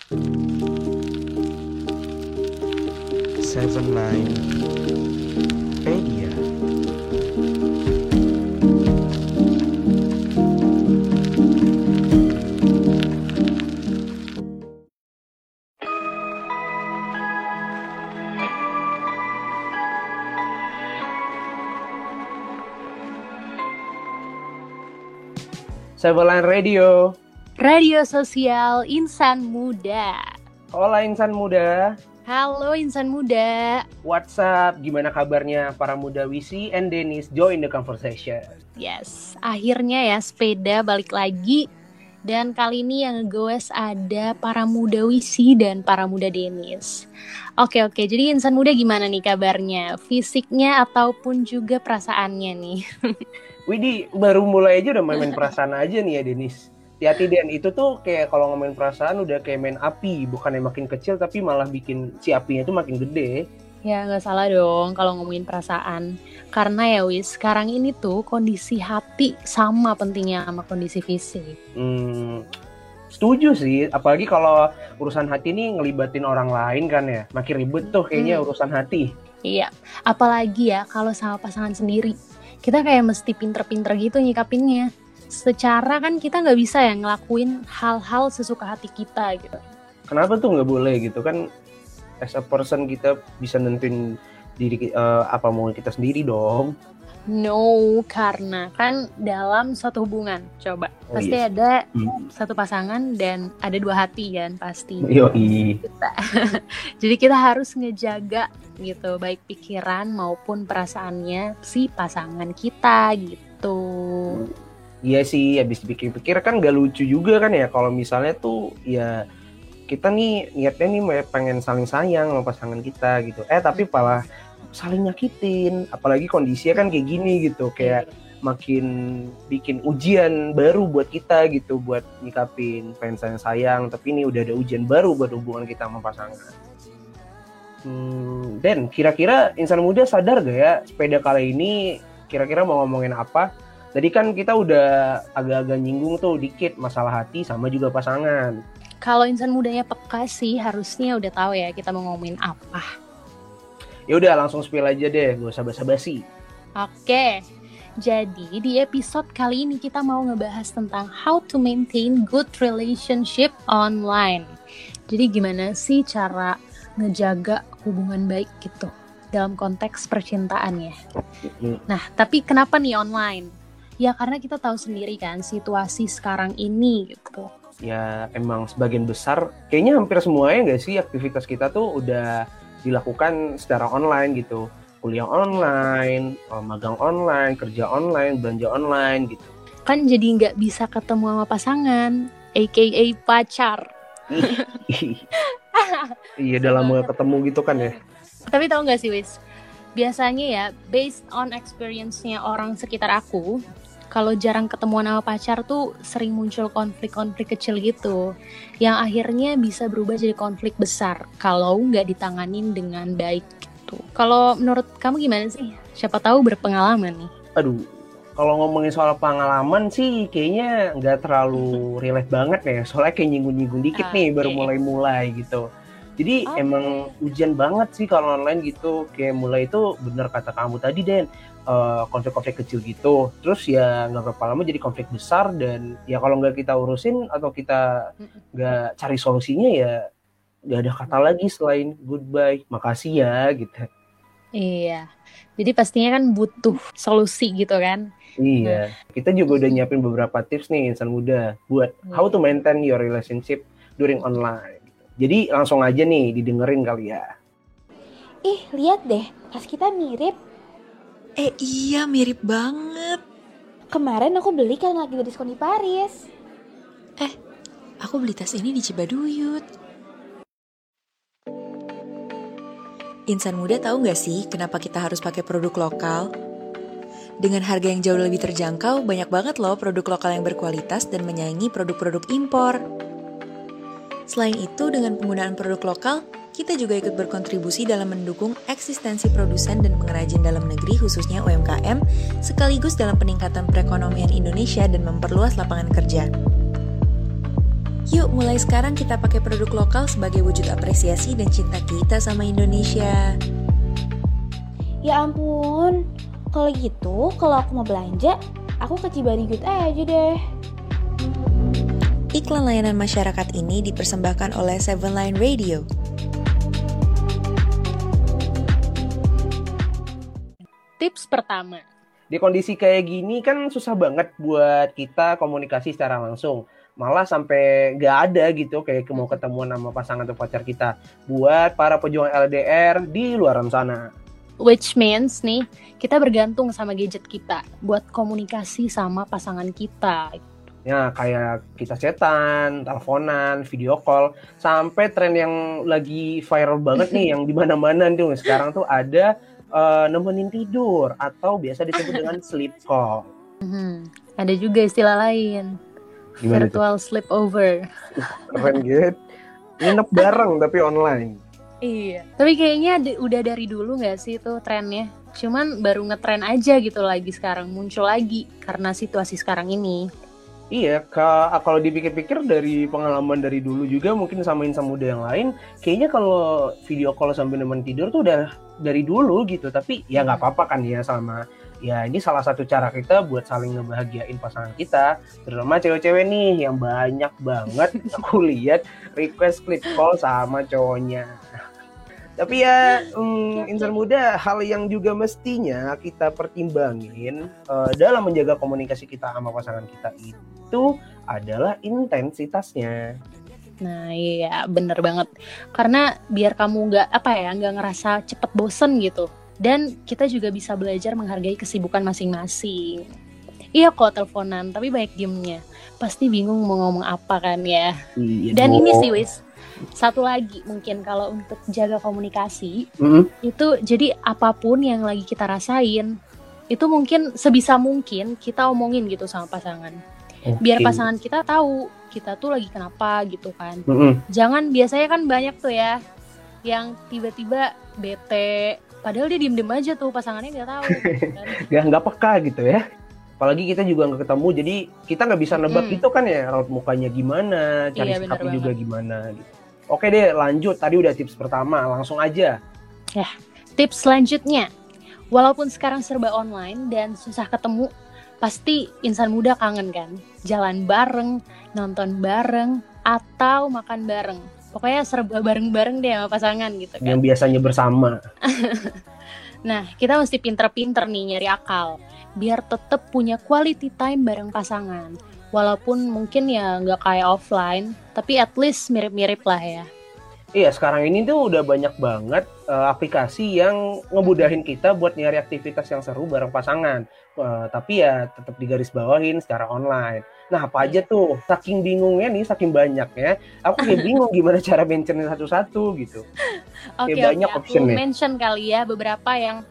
Seven Line Pedia. Seven Line Radio. Radio sosial insan muda. Hola insan muda. Halo insan muda. What's up? Gimana kabarnya para muda Wisi and Dennis? Join the conversation. Yes, akhirnya ya sepeda balik lagi. Dan kali ini yang ngegoes ada para muda Wisi dan para muda Dennis. Oke, jadi insan muda gimana nih kabarnya? Fisiknya ataupun juga perasaannya nih? Widih, baru mulai aja udah main perasaan aja nih ya Dennis. Hati-hati Den, itu tuh kayak kalau ngomongin perasaan udah kayak main api. Bukannya makin kecil tapi malah bikin si apinya tuh makin gede. Ya gak salah dong kalau ngomongin perasaan. Karena ya Wis, sekarang ini tuh kondisi hati sama pentingnya sama kondisi fisik. Setuju sih, apalagi kalau urusan hati nih ngelibatin orang lain kan ya. Makin ribet tuh kayaknya urusan hati. Iya, apalagi ya kalau sama pasangan sendiri. Kita kayak mesti pinter-pinter gitu nyikapinnya. Secara kan kita gak bisa ya ngelakuin hal-hal sesuka hati kita gitu. Kenapa tuh gak boleh gitu kan? As a person kita bisa nentuin diri apa mau kita sendiri dong. No, karena kan dalam suatu hubungan, coba pasti ada satu pasangan dan ada dua hati kan pasti. Yoi. Jadi kita harus ngejaga gitu, baik pikiran maupun perasaannya si pasangan kita gitu. Iya sih, habis dipikir-pikir kan gak lucu juga kan ya kalau misalnya tuh ya kita nih niatnya nih pengen saling sayang sama pasangan kita gitu. Tapi malah saling nyakitin, apalagi kondisinya kan kayak gini gitu, kayak makin bikin ujian baru buat kita gitu, buat nyikapin pengen sayang, tapi ini udah ada ujian baru buat hubungan kita sama pasangan. Dan kira-kira insan muda sadar gak ya sepeda kali ini kira-kira mau ngomongin apa? Tadi kan kita udah agak-agak nyinggung tuh dikit masalah hati sama juga pasangan. Kalau insan mudanya peka sih harusnya udah tahu ya kita mau ngomongin apa. Ya udah langsung spill aja deh, gak usah basa-basi. Oke. Jadi di episode kali ini kita mau ngebahas tentang how to maintain good relationship online. Jadi gimana sih cara ngejaga hubungan baik gitu dalam konteks percintaan ya. Nah, tapi kenapa nih online? Ya karena kita tahu sendiri kan situasi sekarang ini gitu. Ya emang sebagian besar, kayaknya hampir semuanya gak sih aktivitas kita tuh udah dilakukan secara online gitu. Kuliah online, magang online, kerja online, belanja online gitu. Kan jadi gak bisa ketemu sama pasangan, aka pacar. Iya udah lama ketemu gitu kan ya. Tapi tahu gak sih Wis, biasanya ya based on experience-nya orang sekitar aku, kalau jarang ketemuan sama pacar tuh sering muncul konflik-konflik kecil gitu, yang akhirnya bisa berubah jadi konflik besar kalau nggak ditanganin dengan baik gitu. Kalau menurut kamu gimana sih? Siapa tahu berpengalaman nih. Aduh, kalau ngomongin soal pengalaman sih kayaknya nggak terlalu relate banget ya, soalnya kayak nyinggung-nyinggung dikit nih baru mulai-mulai gitu. Jadi emang ujian banget sih kalau online gitu, kayak mulai itu bener kata kamu tadi Den, konflik-konflik kecil gitu, terus ya nggak berapa lama jadi konflik besar, dan ya kalau nggak kita urusin atau kita nggak cari solusinya ya nggak ada kata lagi selain goodbye, makasih ya gitu. Iya, jadi pastinya kan butuh solusi gitu kan. Iya, kita juga udah nyiapin beberapa tips nih insan muda buat how to maintain your relationship during online. Jadi langsung aja nih didengerin kali ya. Ih, lihat deh, tas kita mirip. Iya, mirip banget. Kemarin aku beli kan lagi ada diskon di Paris. Aku beli tas ini di Cibaduyut. Insan muda tahu nggak sih kenapa kita harus pakai produk lokal? Dengan harga yang jauh lebih terjangkau, banyak banget loh produk lokal yang berkualitas dan menyaingi produk-produk impor. Selain itu, dengan penggunaan produk lokal, kita juga ikut berkontribusi dalam mendukung eksistensi produsen dan pengrajin dalam negeri khususnya UMKM, sekaligus dalam peningkatan perekonomian Indonesia dan memperluas lapangan kerja. Yuk mulai sekarang kita pakai produk lokal sebagai wujud apresiasi dan cinta kita sama Indonesia. Ya ampun, kalau gitu kalau aku mau belanja, aku ke Cibarenggot aja deh. Iklan layanan masyarakat ini dipersembahkan oleh Seven Line Radio. Tips pertama. Di kondisi kayak gini kan susah banget buat kita komunikasi secara langsung. Malah sampai nggak ada gitu kayak mau ketemuan sama pasangan atau pacar kita. Buat para pejuang LDR di luar sana. Which means nih, kita bergantung sama gadget kita buat komunikasi sama pasangan kita. Ya kayak kita chatan, teleponan, video call. Sampai tren yang lagi viral banget nih yang di mana-mana tuh sekarang tuh ada nemenin tidur atau biasa disebut dengan sleep call. Ada juga istilah lain. Gimana virtual sleepover. Keren gitu. Nginep bareng tapi online. Iya. Tapi kayaknya udah dari dulu nggak sih itu trennya? Cuman baru ngetren aja gitu lagi sekarang muncul lagi karena situasi sekarang ini. Iya, kalau dipikir-pikir dari pengalaman dari dulu juga mungkin sama insan muda yang lain, kayaknya kalau video call sambil nemenin tidur tuh udah dari dulu gitu. Tapi ya nggak apa-apa kan ya sama. Ya ini salah satu cara kita buat saling ngebahagiain pasangan kita, terutama cewek-cewek nih yang banyak banget aku lihat request clip call sama cowoknya. Tapi ya insan muda, hal yang juga mestinya kita pertimbangin dalam menjaga komunikasi kita sama pasangan kita itu adalah intensitasnya. Nah iya bener banget. Karena biar kamu nggak ngerasa cepet bosen gitu. Dan kita juga bisa belajar menghargai kesibukan masing-masing. Iya kok teleponan, tapi banyak diemnya. Pasti bingung mau ngomong apa kan ya. Iya, dan ini sih Wis, satu lagi mungkin kalau untuk jaga komunikasi, itu jadi apapun yang lagi kita rasain, itu mungkin sebisa mungkin kita omongin gitu sama pasangan. Biar pasangan kita tahu kita tuh lagi kenapa gitu kan. Jangan, biasanya kan banyak tuh ya yang tiba-tiba bete, padahal dia diem-diem aja tuh, pasangannya nggak tahu. Kan? nggak peka gitu ya. Apalagi kita juga nggak ketemu, jadi kita nggak bisa nebak gitu kan ya, raut mukanya gimana, cari sikapnya juga gimana gitu. Oke deh, lanjut. Tadi udah tips pertama, langsung aja. Ya, tips selanjutnya. Walaupun sekarang serba online dan susah ketemu, pasti insan muda kangen kan? Jalan bareng, nonton bareng, atau makan bareng. Pokoknya serba bareng-bareng deh sama pasangan gitu kan. Yang biasanya bersama. Nah, kita mesti pinter-pinter nih nyari akal. Biar tetap punya quality time bareng pasangan. Walaupun mungkin ya nggak kayak offline, tapi at least mirip-mirip lah ya. Iya, sekarang ini tuh udah banyak banget aplikasi yang ngemudahin kita buat nyari aktivitas yang seru bareng pasangan. Tapi ya tetap digarisbawahin secara online. Nah, apa aja tuh? Saking bingungnya nih, saking banyaknya, aku kayak bingung gimana cara mentionin satu-satu gitu. Oke, banyak aku option mention kali ya beberapa yang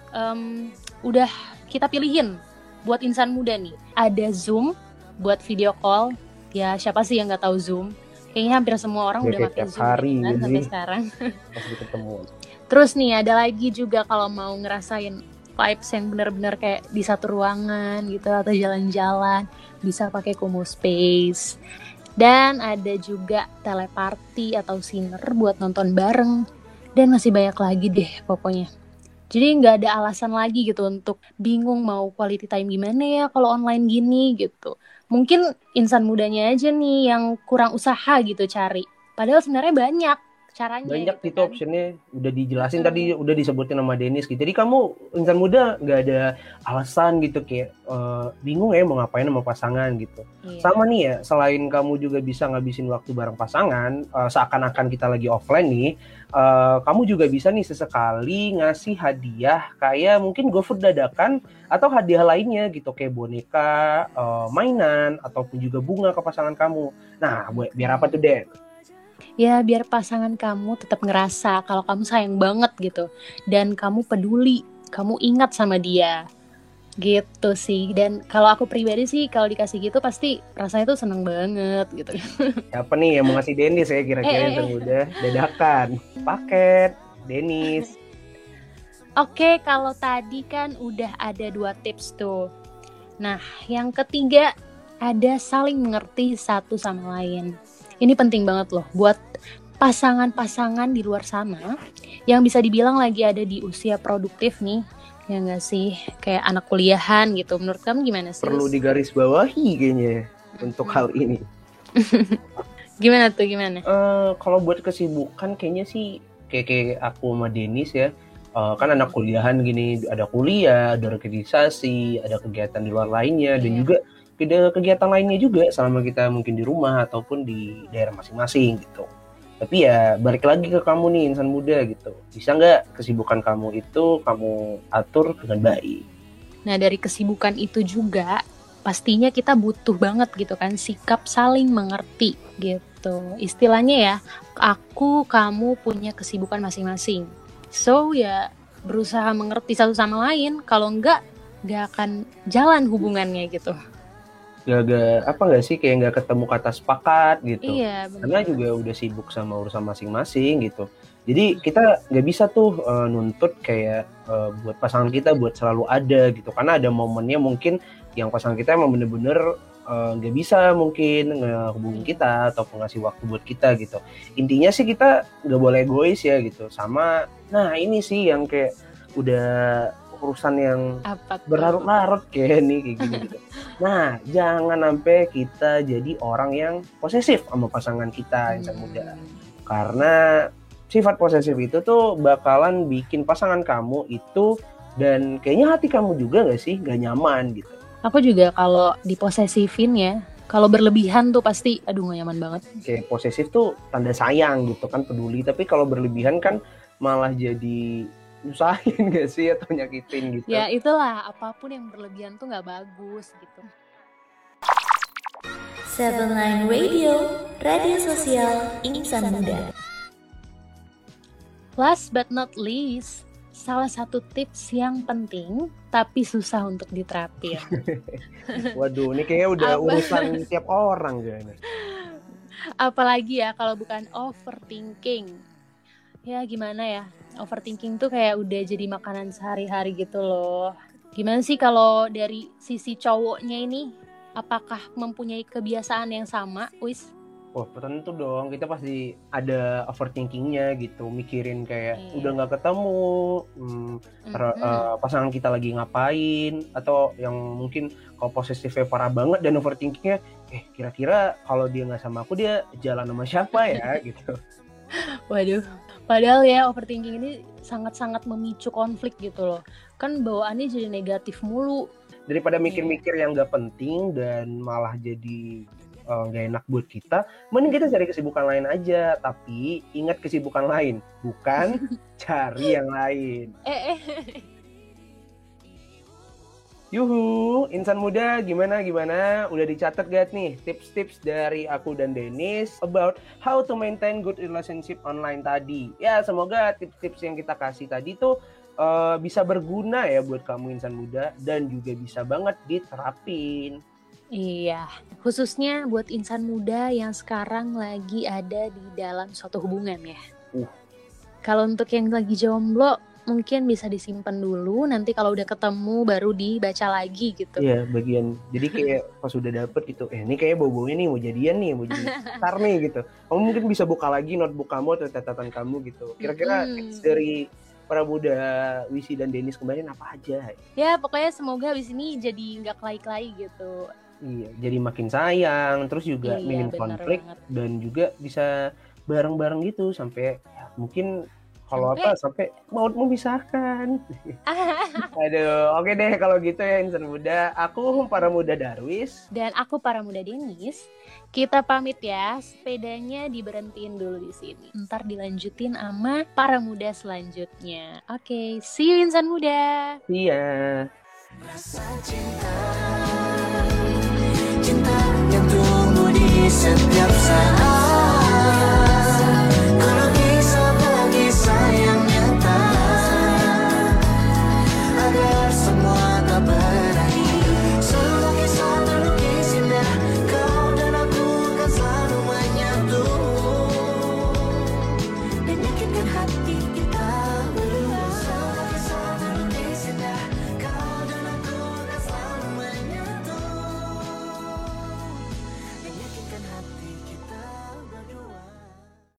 udah kita pilihin buat insan muda nih. Ada Zoom buat video call. Ya siapa sih yang nggak tahu Zoom? Kayaknya hampir semua orang udah pakai Zoom hari, kan sampai sekarang. Pasti ketemu. Terus nih ada lagi juga kalau mau ngerasain vibes yang benar-benar kayak di satu ruangan gitu atau jalan-jalan, bisa pakai Kumu Space. Dan ada juga teleparty atau Scener buat nonton bareng. Dan masih banyak lagi deh pokoknya. Jadi nggak ada alasan lagi gitu untuk bingung mau quality time gimana ya kalau online gini gitu. Mungkin insan mudanya aja nih yang kurang usaha gitu cari. Padahal sebenarnya banyak caranya. Banyak gitu kan? optionnya, udah dijelasin tadi, udah disebutin sama Dennis gitu. Jadi kamu insan muda nggak ada alasan gitu kayak bingung ya mau ngapain sama pasangan gitu. Sama nih ya, selain kamu juga bisa ngabisin waktu bareng pasangan, seakan-akan kita lagi offline nih, kamu juga bisa nih sesekali ngasih hadiah kayak mungkin GoFood dadakan atau hadiah lainnya gitu kayak boneka, mainan ataupun juga bunga ke pasangan kamu. Nah, biar apa tuh, Den? Ya biar pasangan kamu tetap ngerasa kalau kamu sayang banget gitu. Dan kamu peduli, kamu ingat sama dia. Gitu sih. Dan kalau aku pribadi sih kalau dikasih gitu pasti rasanya tuh seneng banget gitu. Siapa nih yang mau ngasih Dennis ya kira-kira yang udah dadakan? Paket, Dennis. Oke, kalau tadi kan udah ada 2 tips tuh. Nah, yang ketiga ada saling mengerti satu sama lain. Ini penting banget loh buat pasangan-pasangan di luar sana yang bisa dibilang lagi ada di usia produktif nih. Ya nggak sih? Kayak anak kuliahan gitu. Menurut kamu gimana sih? Perlu digarisbawahi kayaknya untuk hal ini. Gimana tuh, gimana? Kalau buat kesibukan kayaknya sih kayak aku sama Denis ya. Kan anak kuliahan gini, ada kuliah, ada organisasi, ada kegiatan di luar lainnya, dan juga ada kegiatan lainnya juga selama kita mungkin di rumah ataupun di daerah masing-masing gitu. Tapi ya balik lagi ke kamu nih, insan muda gitu. Bisa nggak kesibukan kamu itu kamu atur dengan baik? Nah, dari kesibukan itu juga pastinya kita butuh banget gitu kan sikap saling mengerti gitu. Istilahnya ya, aku, kamu punya kesibukan masing-masing. So ya berusaha mengerti satu sama lain. Kalau enggak akan jalan hubungannya gitu. Nggak sih, kayak nggak ketemu kata sepakat gitu. Iya, bener. Karena juga udah sibuk sama urusan masing-masing gitu. Jadi kita nggak bisa tuh nuntut kayak buat pasangan kita buat selalu ada gitu. Karena ada momennya mungkin yang pasangan kita emang bener-bener nggak bisa mungkin ngehubungin kita atau ngasih waktu buat kita gitu. Intinya sih kita nggak boleh egois ya gitu. Sama, nah ini sih yang kayak udah urusan yang berlarut-larut kayak gini gitu. Nah, jangan sampai kita jadi orang yang posesif sama pasangan kita insan muda. Karena sifat posesif itu tuh bakalan bikin pasangan kamu itu, dan kayaknya hati kamu juga nggak sih, nggak nyaman gitu. Aku juga kalau diposesifin ya, kalau berlebihan tuh pasti aduh gak nyaman banget. Kayak posesif tuh tanda sayang gitu kan, peduli. Tapi kalau berlebihan kan malah jadi nyusahin gak sih atau nyakitin gitu. Ya itulah, apapun yang berlebihan tuh gak bagus gitu. 79 Radio sosial insan muda. Last but not least, salah satu tips yang penting tapi susah untuk diterapin. Waduh, ini kayaknya udah urusan tiap orang kayaknya. Apalagi ya kalau bukan overthinking. Ya gimana ya, overthinking tuh kayak udah jadi makanan sehari-hari gitu loh. Gimana sih kalau dari sisi cowoknya ini, apakah mempunyai kebiasaan yang sama, Wis? Wah, tentu dong, kita pasti ada overthinkingnya gitu, mikirin kayak udah nggak ketemu, pasangan kita lagi ngapain, atau yang mungkin kalau posesifnya parah banget dan overthinkingnya, kira-kira kalau dia nggak sama aku dia jalan sama siapa ya gitu. Waduh, padahal ya overthinking ini sangat-sangat memicu konflik gitu loh, kan bawaannya jadi negatif mulu. Daripada mikir-mikir yang nggak penting dan malah jadi nggak enak buat kita, mending kita cari kesibukan lain aja. Tapi ingat kesibukan lain, bukan cari yang lain. Yuhu, insan muda, gimana? Udah dicatat gak nih tips-tips dari aku dan Denis about how to maintain good relationship online tadi? Ya, semoga tips-tips yang kita kasih tadi tuh bisa berguna ya buat kamu insan muda, dan juga bisa banget diterapin. Iya, khususnya buat insan muda yang sekarang lagi ada di dalam suatu hubungan ya. Kalau untuk yang lagi jomblo, mungkin bisa disimpan dulu, nanti kalau udah ketemu baru dibaca lagi gitu. Iya, jadi kayak pas udah dapet gitu, ini kayak bau-baunya nih mau jadian nih, mau jadi ntar nih gitu. Kamu mungkin bisa buka lagi notebook kamu atau catatan kamu gitu. Kira-kira tips dari para muda Wisi dan Denis kemarin apa aja? Ya, pokoknya semoga abis ini jadi nggak kelai-kelai gitu. Iya, jadi makin sayang, terus juga minim konflik banget. Dan juga bisa bareng-bareng gitu sampai ya, mungkin kalau sampai maut memisahkan. Aduh, oke deh kalau gitu ya insan muda. Aku para muda Darwis dan aku para muda Denis. Kita pamit ya, sepedanya diberhentiin dulu di sini. Ntar dilanjutin sama para muda selanjutnya. Oke, see you insan muda. Iya. Rasa cinta yang tumbuh di setiap saat.